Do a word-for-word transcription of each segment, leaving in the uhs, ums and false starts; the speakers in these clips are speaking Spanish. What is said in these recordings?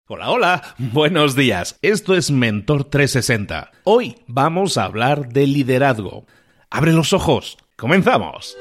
Hola, hola, buenos días. Esto es Mentor trescientos sesenta. Hoy vamos a hablar de liderazgo. ¡Abre los ojos! ¡Comenzamos!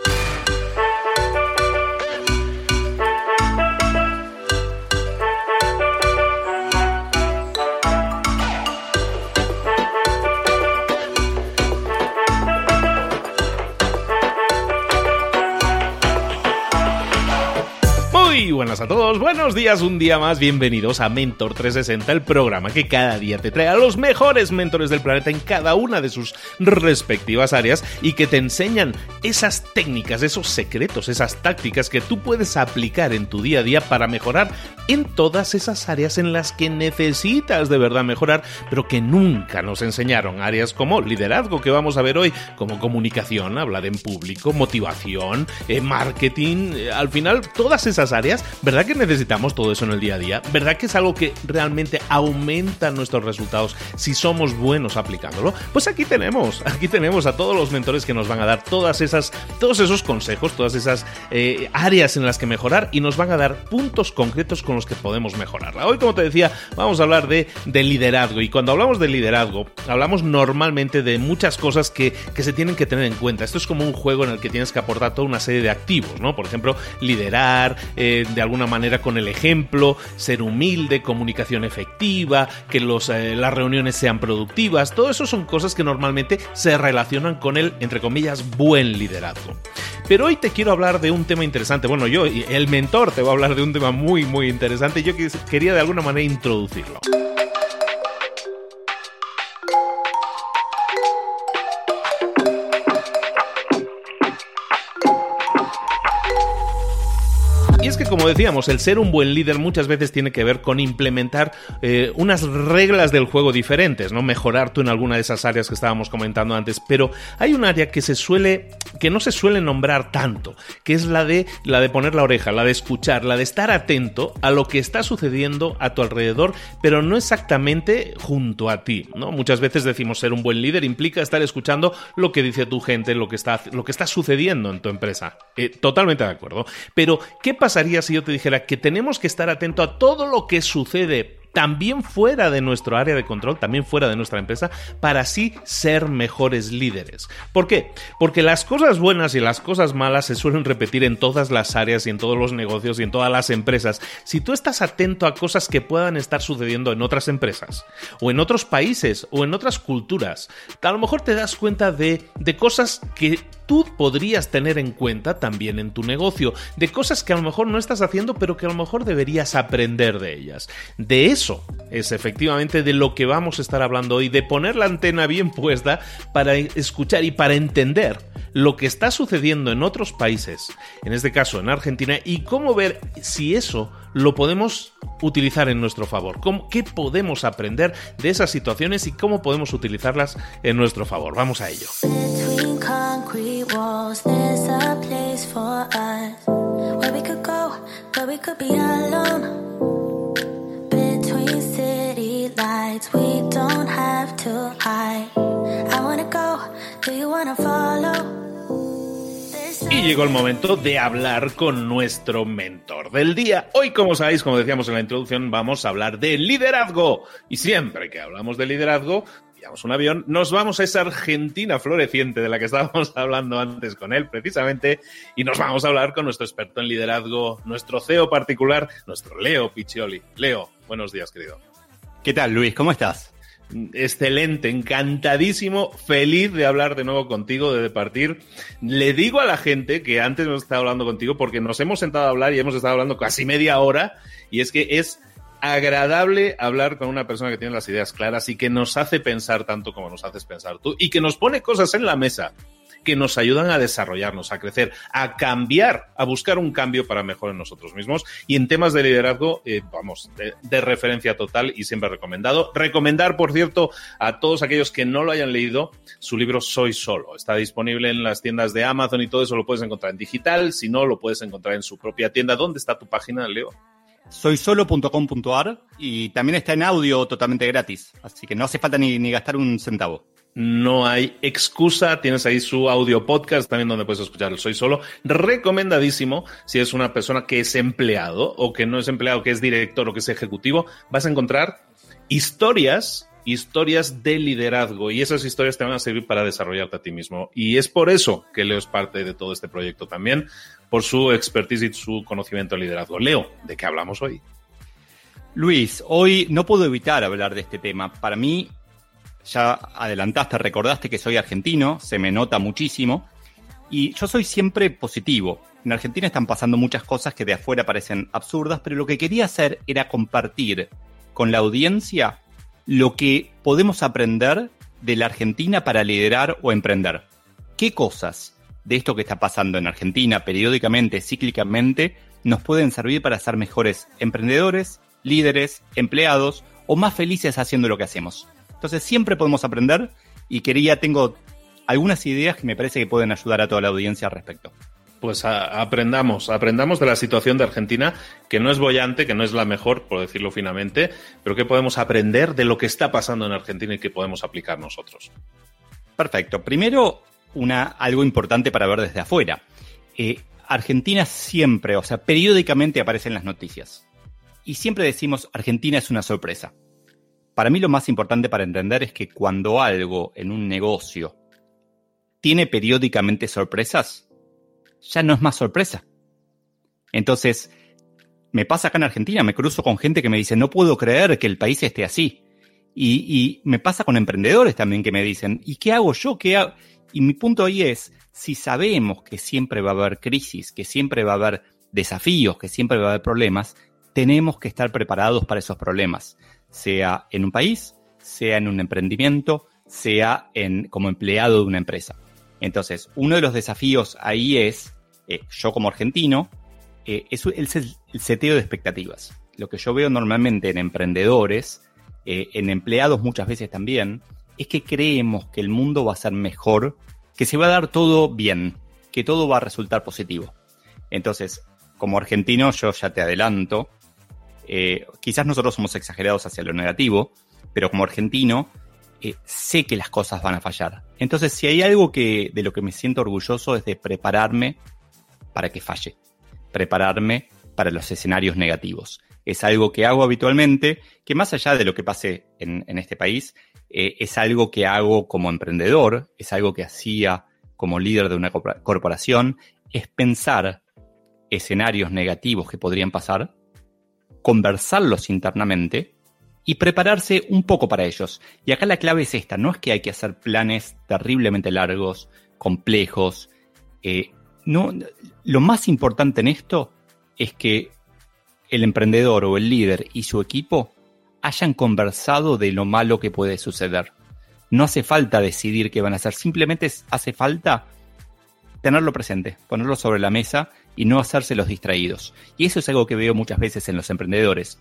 Muy buenas a todos, buenos días, un día más, bienvenidos a Mentor trescientos sesenta, el programa que cada día te trae a los mejores mentores del planeta en cada una de sus respectivas áreas y que te enseñan esas técnicas, esos secretos, esas tácticas que tú puedes aplicar en tu día a día para mejorar en todas esas áreas en las que necesitas de verdad mejorar, pero que nunca nos enseñaron. Áreas como liderazgo, que vamos a ver hoy, como comunicación, hablar en público, motivación, eh, marketing, eh, al final todas esas áreas. ¿Verdad que necesitamos todo eso en el día a día? ¿Verdad que es algo que realmente aumenta nuestros resultados si somos buenos aplicándolo? Pues aquí tenemos, aquí tenemos a todos los mentores que nos van a dar todas esas, todos esos consejos, todas esas eh, áreas en las que mejorar y nos van a dar puntos concretos con los que podemos mejorarla. Hoy, como te decía, vamos a hablar de, de liderazgo, y cuando hablamos de liderazgo, hablamos normalmente de muchas cosas que, que se tienen que tener en cuenta. Esto es como un juego en el que tienes que aportar toda una serie de activos, ¿no? Por ejemplo, liderar, eh, de alguna manera con el ejemplo, ser humilde, comunicación efectiva, que los, eh, las reuniones sean productivas. Todo eso son cosas que normalmente se relacionan con el, entre comillas, buen liderazgo. Pero hoy te quiero hablar de un tema interesante. Bueno, yo, el mentor, te voy a hablar de un tema muy, muy interesante. Yo quería de alguna manera introducirlo. Y es que, como decíamos, el ser un buen líder muchas veces tiene que ver con implementar eh, unas reglas del juego diferentes, ¿no? Mejorar tú en alguna de esas áreas que estábamos comentando antes, pero hay un área que se suele, que no se suele nombrar tanto, que es la de, la de poner la oreja, la de escuchar, la de estar atento a lo que está sucediendo a tu alrededor, pero no exactamente junto a ti, ¿no? Muchas veces decimos ser un buen líder implica estar escuchando lo que dice tu gente, lo que está, lo que está sucediendo en tu empresa. Eh, totalmente de acuerdo. Pero, ¿qué pasa? Pasaría si yo te dijera que tenemos que estar atento a todo lo que sucede también fuera de nuestro área de control, también fuera de nuestra empresa, para así ser mejores líderes? ¿Por qué? Porque las cosas buenas y las cosas malas se suelen repetir en todas las áreas y en todos los negocios y en todas las empresas. Si tú estás atento a cosas que puedan estar sucediendo en otras empresas, o en otros países, o en otras culturas, a lo mejor te das cuenta de, de cosas que tú podrías tener en cuenta también en tu negocio, de cosas que a lo mejor no estás haciendo, pero que a lo mejor deberías aprender de ellas. De eso Eso es efectivamente de lo que vamos a estar hablando hoy, de poner la antena bien puesta para escuchar y para entender lo que está sucediendo en otros países, en este caso en Argentina, y cómo ver si eso lo podemos utilizar en nuestro favor. ¿Cómo, qué podemos aprender de esas situaciones y cómo podemos utilizarlas en nuestro favor? Vamos a ello. We don't have to hide. I wanna go, do you wanna follow? Y llegó el momento de hablar con nuestro mentor del día. Hoy, como sabéis, como decíamos en la introducción, vamos a hablar de liderazgo. Y siempre que hablamos de liderazgo, pillamos un avión, nos vamos a esa Argentina floreciente de la que estábamos hablando antes con él, precisamente, y nos vamos a hablar con nuestro experto en liderazgo, nuestro C E O particular, nuestro Leo Piccioli. Leo, buenos días, querido. ¿Qué tal, Luis? ¿Cómo estás? Excelente, encantadísimo, feliz de hablar de nuevo contigo, de departir. Le digo a la gente que antes hemos estado hablando contigo porque nos hemos sentado a hablar y hemos estado hablando casi media hora, y es que es agradable hablar con una persona que tiene las ideas claras y que nos hace pensar tanto como nos haces pensar tú, y que nos pone cosas en la mesa que nos ayudan a desarrollarnos, a crecer, a cambiar, a buscar un cambio para mejor en nosotros mismos. Y en temas de liderazgo, eh, vamos, de, de referencia total y siempre recomendado. Recomendar, por cierto, a todos aquellos que no lo hayan leído, su libro Soy Solo. Está disponible en las tiendas de Amazon y todo eso lo puedes encontrar en digital. Si no, lo puedes encontrar en su propia tienda. ¿Dónde está tu página, Leo? soy solo punto com punto a r, y también está en audio totalmente gratis. Así que no hace falta ni, ni gastar un centavo. No hay excusa, tienes ahí su audio podcast también donde puedes escuchar el Soy Solo, recomendadísimo si es una persona que es empleado o que no es empleado, que es director o que es ejecutivo, vas a encontrar historias, historias de liderazgo y esas historias te van a servir para desarrollarte a ti mismo y es por eso que Leo es parte de todo este proyecto también, por su expertise y su conocimiento de liderazgo. Leo, ¿de qué hablamos hoy? Luis, hoy no puedo evitar hablar de este tema. Para mí, ya adelantaste, recordaste que soy argentino, se me nota muchísimo, y yo soy siempre positivo. En Argentina están pasando muchas cosas que de afuera parecen absurdas, pero lo que quería hacer era compartir con la audiencia lo que podemos aprender de la Argentina para liderar o emprender. ¿Qué cosas de esto que está pasando en Argentina periódicamente, cíclicamente, nos pueden servir para ser mejores emprendedores, líderes, empleados o más felices haciendo lo que hacemos? Entonces siempre podemos aprender y quería, tengo algunas ideas que me parece que pueden ayudar a toda la audiencia al respecto. Pues a, aprendamos, aprendamos de la situación de Argentina, que no es boyante, que no es la mejor, por decirlo finamente, pero que podemos aprender de lo que está pasando en Argentina y que podemos aplicar nosotros. Perfecto. Primero, una, algo importante para ver desde afuera. Eh, Argentina siempre, o sea, periódicamente aparece en las noticias. Y siempre decimos, Argentina es una sorpresa. Para mí lo más importante para entender es que cuando algo en un negocio tiene periódicamente sorpresas, ya no es más sorpresa. Entonces, me pasa acá en Argentina, me cruzo con gente que me dice, no puedo creer que el país esté así. Y, y me pasa con emprendedores también que me dicen, ¿y qué hago yo? ¿Qué hago? Y mi punto ahí es, si sabemos que siempre va a haber crisis, que siempre va a haber desafíos, que siempre va a haber problemas, tenemos que estar preparados para esos problemas. Sea en un país, sea en un emprendimiento, sea en, como empleado de una empresa. Entonces, uno de los desafíos ahí es, eh, yo como argentino, eh, es el, el seteo de expectativas. Lo que yo veo normalmente en emprendedores, eh, en empleados muchas veces también, es que creemos que el mundo va a ser mejor, que se va a dar todo bien, que todo va a resultar positivo. Entonces, como argentino, yo ya te adelanto, Eh, quizás nosotros somos exagerados hacia lo negativo, pero como argentino eh, sé que las cosas van a fallar. Entonces, si hay algo que de lo que me siento orgulloso es de prepararme para que falle, prepararme para los escenarios negativos. Es algo que hago habitualmente, que más allá de lo que pase en, en este país, eh, es algo que hago como emprendedor, es algo que hacía como líder de una corporación, es pensar escenarios negativos que podrían pasar, conversarlos internamente y prepararse un poco para ellos. Y acá la clave es esta, no es que hay que hacer planes terriblemente largos, complejos. Eh, no, lo más importante en esto es que el emprendedor o el líder y su equipo hayan conversado de lo malo que puede suceder. No hace falta decidir qué van a hacer, simplemente hace falta tenerlo presente, ponerlo sobre la mesa y no hacerse los distraídos. Y eso es algo que veo muchas veces en los emprendedores.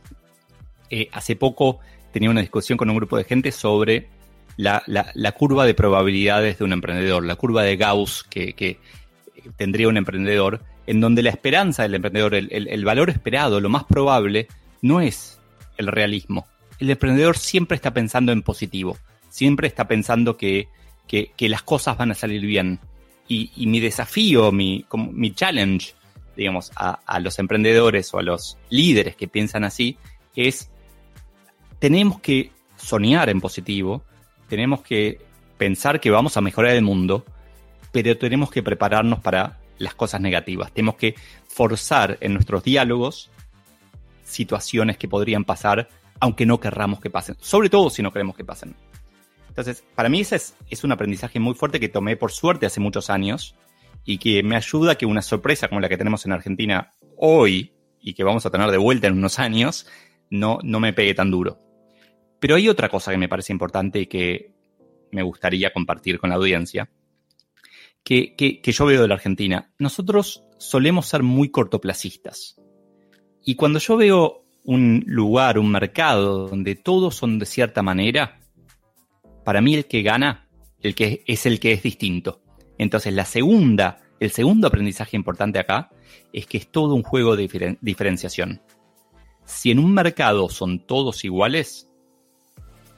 Eh, hace poco tenía una discusión con un grupo de gente sobre la, la, la curva de probabilidades de un emprendedor, la curva de Gauss que, que tendría un emprendedor, en donde la esperanza del emprendedor, el, el, el valor esperado, lo más probable, no es el realismo. El emprendedor siempre está pensando en positivo, siempre está pensando que, que, que las cosas van a salir bien. Y, y mi desafío, mi, como, mi challenge, digamos, a, a los emprendedores o a los líderes que piensan así, es tenemos que soñar en positivo, tenemos que pensar que vamos a mejorar el mundo, pero tenemos que prepararnos para las cosas negativas. Tenemos que forzar en nuestros diálogos situaciones que podrían pasar, aunque no querramos que pasen, sobre todo si no queremos que pasen. Entonces, para mí ese es, es un aprendizaje muy fuerte que tomé por suerte hace muchos años y que me ayuda a que una sorpresa como la que tenemos en Argentina hoy y que vamos a tener de vuelta en unos años, no, no me pegue tan duro. Pero hay otra cosa que me parece importante y que me gustaría compartir con la audiencia, que, que, que yo veo de la Argentina. Nosotros solemos ser muy cortoplacistas. Y cuando yo veo un lugar, un mercado donde todos son de cierta manera, para mí el que gana el que es el que es distinto. Entonces la segunda, el segundo aprendizaje importante acá es que es todo un juego de diferen- diferenciación. Si en un mercado son todos iguales,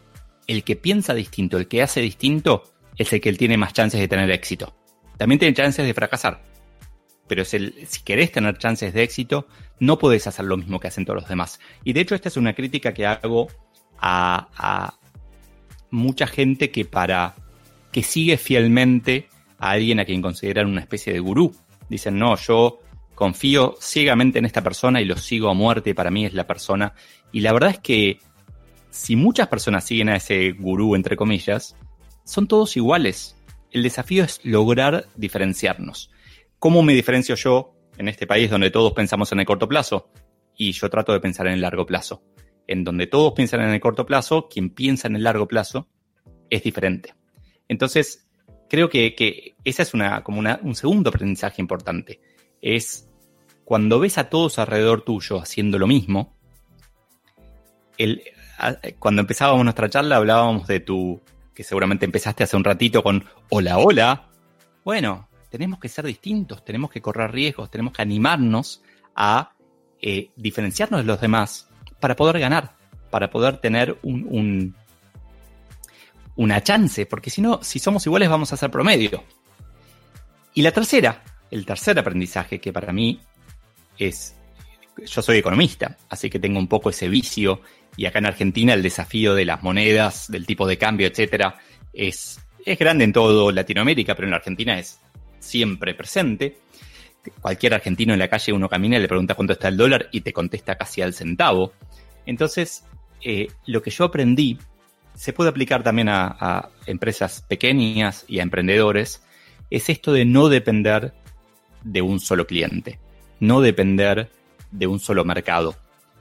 el que piensa distinto, el que hace distinto, es el que tiene más chances de tener éxito. También tiene chances de fracasar. Pero es el, si querés tener chances de éxito, no podés hacer lo mismo que hacen todos los demás. Y de hecho esta es una crítica que hago a, a mucha gente que para que sigue fielmente a alguien a quien consideran una especie de gurú. Dicen, no, yo confío ciegamente en esta persona y lo sigo a muerte, para mí es la persona. Y la verdad es que si muchas personas siguen a ese gurú, entre comillas, son todos iguales. El desafío es lograr diferenciarnos. ¿Cómo me diferencio yo en este país donde todos pensamos en el corto plazo? Y yo trato de pensar en el largo plazo. En donde todos piensan en el corto plazo, quien piensa en el largo plazo es diferente. Entonces, creo que, que esa es una, como una, un segundo aprendizaje importante. Es cuando ves a todos alrededor tuyo haciendo lo mismo. El, a, cuando empezábamos nuestra charla hablábamos de tu, que seguramente empezaste hace un ratito con hola, hola. Bueno, tenemos que ser distintos, tenemos que correr riesgos, tenemos que animarnos a eh, diferenciarnos de los demás para poder ganar, para poder tener un, un, una chance, porque si no, si somos iguales vamos a ser promedio. Y la tercera, el tercer aprendizaje que para mí es, yo soy economista, así que tengo un poco ese vicio, y acá en Argentina el desafío de las monedas, del tipo de cambio, etcétera, es, es grande en todo Latinoamérica, pero en la Argentina es siempre presente. Cualquier argentino en la calle uno camina y le pregunta cuánto está el dólar y te contesta casi al centavo. Entonces, eh, lo que yo aprendí se puede aplicar también a, a empresas pequeñas y a emprendedores, es esto de no depender de un solo cliente, no depender de un solo mercado.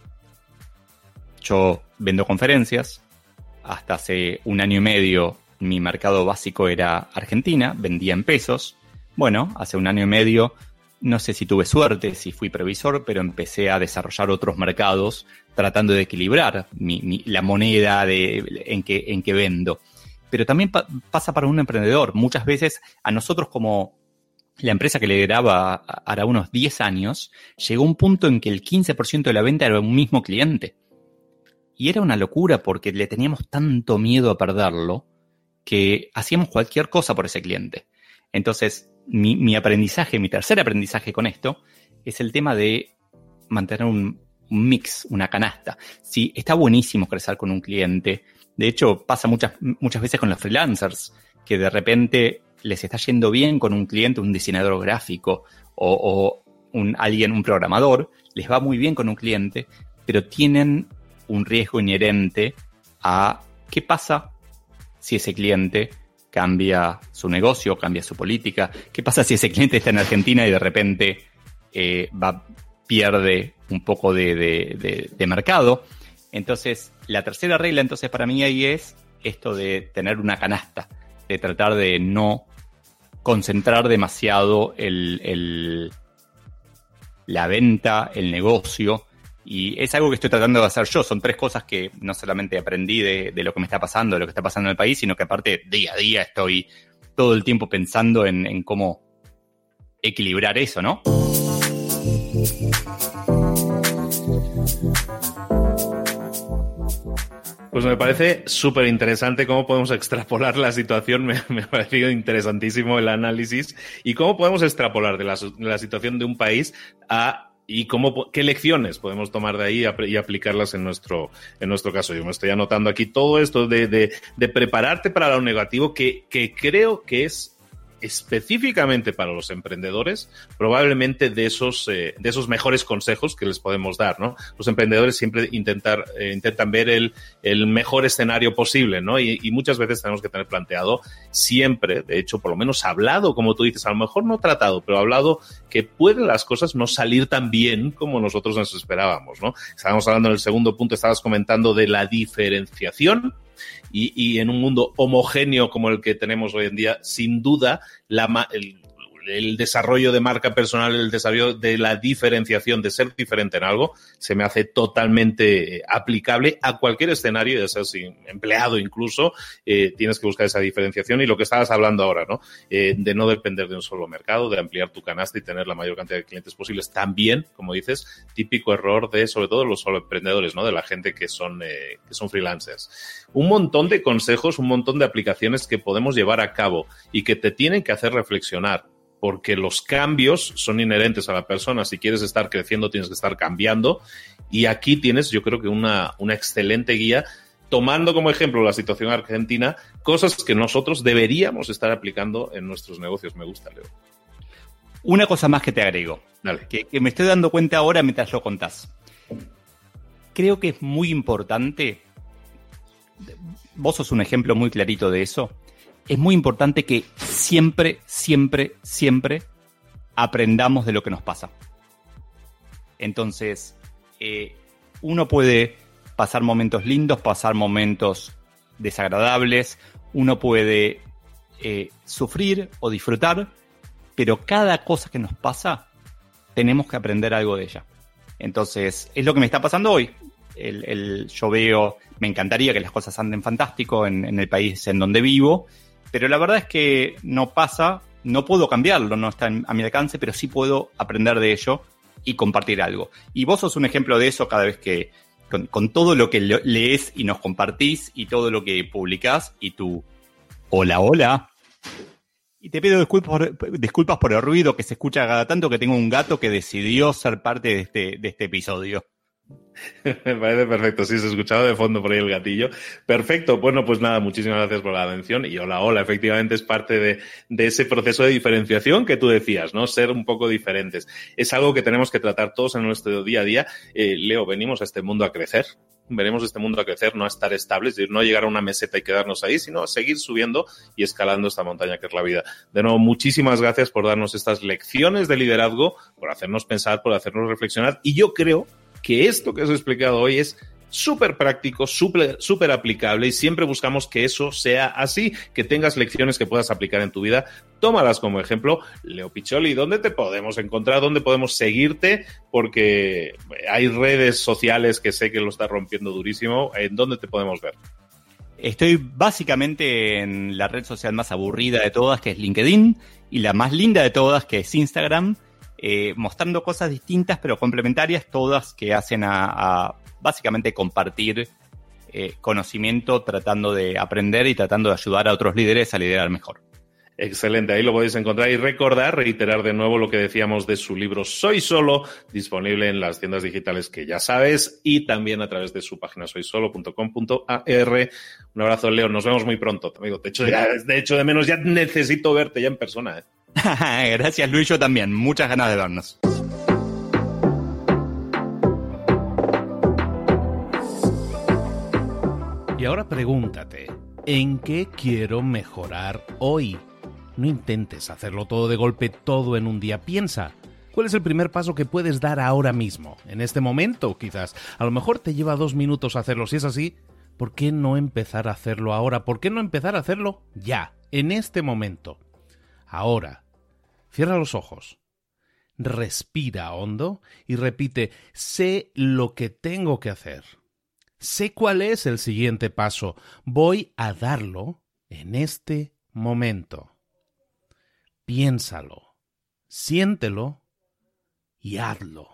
Yo vendo conferencias, hasta hace un año y medio mi mercado básico era Argentina, vendía en pesos. Bueno, hace un año y medio, no sé si tuve suerte, si fui previsor, pero empecé a desarrollar otros mercados tratando de equilibrar mi, mi, la moneda de, en, que, en que vendo. Pero también pa- pasa para un emprendedor. Muchas veces a nosotros, como la empresa que lideraba hará unos diez años, llegó un punto en que el quince por ciento de la venta era un mismo cliente. Y era una locura porque le teníamos tanto miedo a perderlo que hacíamos cualquier cosa por ese cliente. Entonces, mi, mi aprendizaje, mi tercer aprendizaje con esto, es el tema de mantener un, un mix, una canasta. Sí, está buenísimo crecer con un cliente. De hecho, pasa muchas, muchas veces con los freelancers, que de repente les está yendo bien con un cliente, un diseñador gráfico o, o un, alguien, un programador, les va muy bien con un cliente, pero tienen un riesgo inherente a qué pasa si ese cliente cambia su negocio, cambia su política. ¿Qué pasa si ese cliente está en Argentina y de repente eh, va, pierde un poco de, de, de, de mercado? Entonces, la tercera regla entonces para mí ahí es esto de tener una canasta, de tratar de no concentrar demasiado el, el, la venta, el negocio. Y es algo que estoy tratando de hacer yo. Son tres cosas que no solamente aprendí de, de lo que me está pasando, de lo que está pasando en el país, sino que aparte día a día estoy todo el tiempo pensando en, en cómo equilibrar eso, ¿no? Pues me parece súper interesante cómo podemos extrapolar la situación. Me, me ha parecido interesantísimo el análisis. Y cómo podemos extrapolar de la, de la situación de un país a... y cómo, qué lecciones podemos tomar de ahí y aplicarlas en nuestro, en nuestro caso. Yo me estoy anotando aquí todo esto de, de, de prepararte para lo negativo, que, que creo que es específicamente para los emprendedores, probablemente de esos, eh, de esos mejores consejos que les podemos dar, ¿no? Los emprendedores siempre intentar, eh, intentan ver el, el mejor escenario posible, ¿no? Y, y muchas veces tenemos que tener planteado siempre, de hecho, por lo menos hablado, como tú dices, a lo mejor no tratado, pero hablado que pueden las cosas no salir tan bien como nosotros nos esperábamos, ¿no? Estábamos hablando en el segundo punto, estabas comentando de la diferenciación. Y, y en un mundo homogéneo como el que tenemos hoy en día, sin duda, la, el, el desarrollo de marca personal, el desarrollo de la diferenciación, de ser diferente en algo, se me hace totalmente aplicable a cualquier escenario, ya seas empleado incluso, eh, tienes que buscar esa diferenciación y lo que estabas hablando ahora, ¿no? Eh, de no depender de un solo mercado, de ampliar tu canasta y tener la mayor cantidad de clientes posibles. También, como dices, típico error de, sobre todo, los solo emprendedores, ¿no? De la gente que son, eh, que son freelancers. Un montón de consejos, un montón de aplicaciones que podemos llevar a cabo y que te tienen que hacer reflexionar, porque los cambios son inherentes a la persona. Si quieres estar creciendo, tienes que estar cambiando. Y aquí tienes, yo creo que una, una excelente guía, tomando como ejemplo la situación argentina, cosas que nosotros deberíamos estar aplicando en nuestros negocios. Me gusta, Leo. Una cosa más que te agrego, Dale. Que, que me estoy dando cuenta ahora mientras lo contás. Creo que es muy importante, vos sos un ejemplo muy clarito de eso, es muy importante que siempre, siempre, siempre aprendamos de lo que nos pasa. Entonces, eh, uno puede pasar momentos lindos, pasar momentos desagradables, uno puede eh, sufrir o disfrutar, pero cada cosa que nos pasa, tenemos que aprender algo de ella. Entonces, es lo que me está pasando hoy. El, el, yo veo, me encantaría que las cosas anden fantástico en, en el país en donde vivo, pero la verdad es que no pasa, no puedo cambiarlo, no está a mi alcance, pero sí puedo aprender de ello y compartir algo. Y vos sos un ejemplo de eso cada vez que, con, con todo lo que lees y nos compartís y todo lo que publicás y tu hola, hola. Y te pido disculpas por, disculpas por el ruido que se escucha cada tanto, que tengo un gato que decidió ser parte de este, de este episodio. Me parece perfecto, sí, se escuchaba de fondo por ahí el gatillo. Perfecto, bueno, pues nada, muchísimas gracias por la atención. Y hola, hola, efectivamente es parte de, de ese proceso de diferenciación que tú decías, ¿no? Ser un poco diferentes. Es algo que tenemos que tratar todos en nuestro día a día. Eh, Leo, venimos a este mundo a crecer. Veremos este mundo a crecer, no a estar estables, es decir, no llegar a una meseta y quedarnos ahí, sino a seguir subiendo y escalando esta montaña que es la vida. De nuevo, muchísimas gracias por darnos estas lecciones de liderazgo, por hacernos pensar, por hacernos reflexionar. Y yo creo que esto que os he explicado hoy es súper práctico, súper súper aplicable y siempre buscamos que eso sea así, que tengas lecciones que puedas aplicar en tu vida. Tómalas como ejemplo. Leo Piccioli, ¿dónde te podemos encontrar? ¿Dónde podemos seguirte? Porque hay redes sociales que sé que lo estás rompiendo durísimo. ¿En dónde te podemos ver? Estoy básicamente en la red social más aburrida de todas, que es LinkedIn, y la más linda de todas, que es Instagram, eh, mostrando cosas distintas pero complementarias, todas que hacen a... a básicamente compartir eh, conocimiento, tratando de aprender y tratando de ayudar a otros líderes a liderar mejor. Excelente, ahí lo podéis encontrar y recordar, reiterar de nuevo lo que decíamos de su libro Soy Solo, disponible en las tiendas digitales que ya sabes y también a través de su página soy solo punto com punto a r. Un abrazo, Leo, nos vemos muy pronto, amigo. De hecho, ya, de hecho de menos ya necesito verte ya en persona. ¿eh? Gracias, Luis, yo también. Muchas ganas de vernos. Y ahora pregúntate, ¿en qué quiero mejorar hoy? No intentes hacerlo todo de golpe, todo en un día. Piensa, ¿cuál es el primer paso que puedes dar ahora mismo? En este momento, quizás. A lo mejor te lleva dos minutos hacerlo. Si es así, ¿por qué no empezar a hacerlo ahora? ¿Por qué no empezar a hacerlo ya, en este momento? Ahora, cierra los ojos, respira hondo y repite, sé lo que tengo que hacer. Sé cuál es el siguiente paso. Voy a darlo en este momento. Piénsalo, siéntelo y hazlo.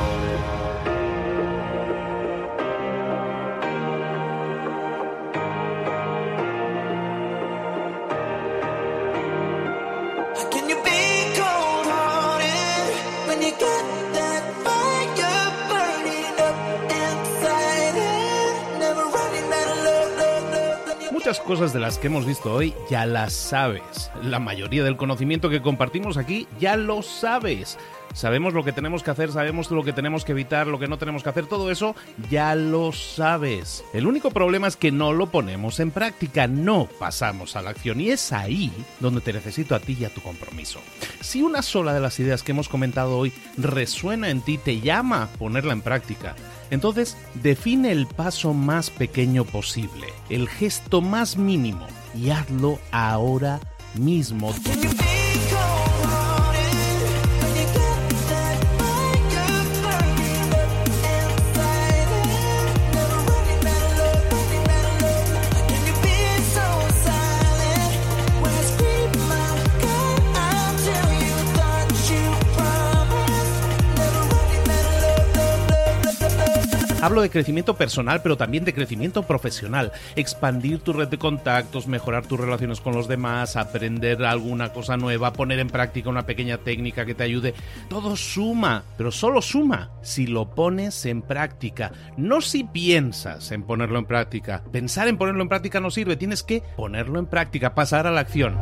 Muchas cosas de las que hemos visto hoy ya las sabes. La mayoría del conocimiento que compartimos aquí ya lo sabes. Sabemos lo que tenemos que hacer, sabemos lo que tenemos que evitar, lo que no tenemos que hacer, todo eso ya lo sabes. El único problema es que no lo ponemos en práctica, no pasamos a la acción y es ahí donde te necesito a ti y a tu compromiso. Si una sola de las ideas que hemos comentado hoy resuena en ti, te llama a ponerla en práctica, entonces define el paso más pequeño posible, el gesto más mínimo y hazlo ahora mismo. Hablo de crecimiento personal, pero también de crecimiento profesional. Expandir tu red de contactos, mejorar tus relaciones con los demás, aprender alguna cosa nueva, poner en práctica una pequeña técnica que te ayude. Todo suma, pero solo suma si lo pones en práctica. No si piensas en ponerlo en práctica. Pensar en ponerlo en práctica no sirve. Tienes que ponerlo en práctica, pasar a la acción.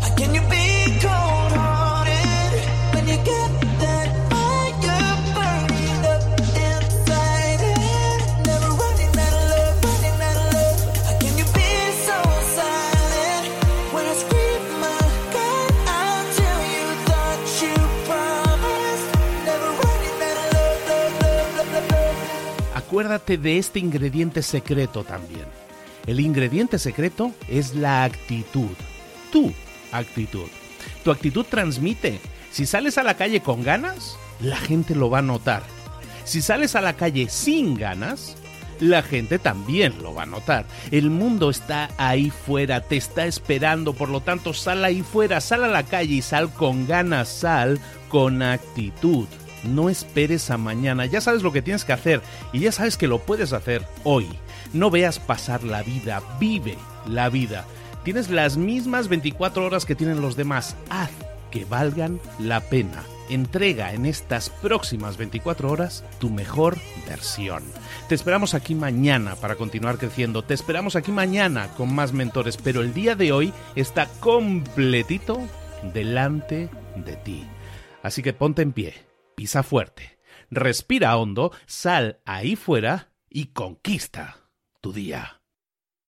Acuérdate de este ingrediente secreto también. El ingrediente secreto es la actitud. Tu actitud. Tu actitud transmite. Si sales a la calle con ganas, la gente lo va a notar. Si sales a la calle sin ganas, la gente también lo va a notar. El mundo está ahí fuera, te está esperando, por lo tanto sal ahí fuera, sal a la calle y sal con ganas, sal con actitud. No esperes a mañana, ya sabes lo que tienes que hacer y ya sabes que lo puedes hacer hoy. No veas pasar la vida, vive la vida. Tienes las mismas veinticuatro horas que tienen los demás, haz que valgan la pena. Entrega en estas próximas veinticuatro horas tu mejor versión. Te esperamos aquí mañana para continuar creciendo, te esperamos aquí mañana con más mentores, pero el día de hoy está completito delante de ti. Así que ponte en pie. Pisa fuerte, respira hondo, sal ahí fuera y conquista tu día.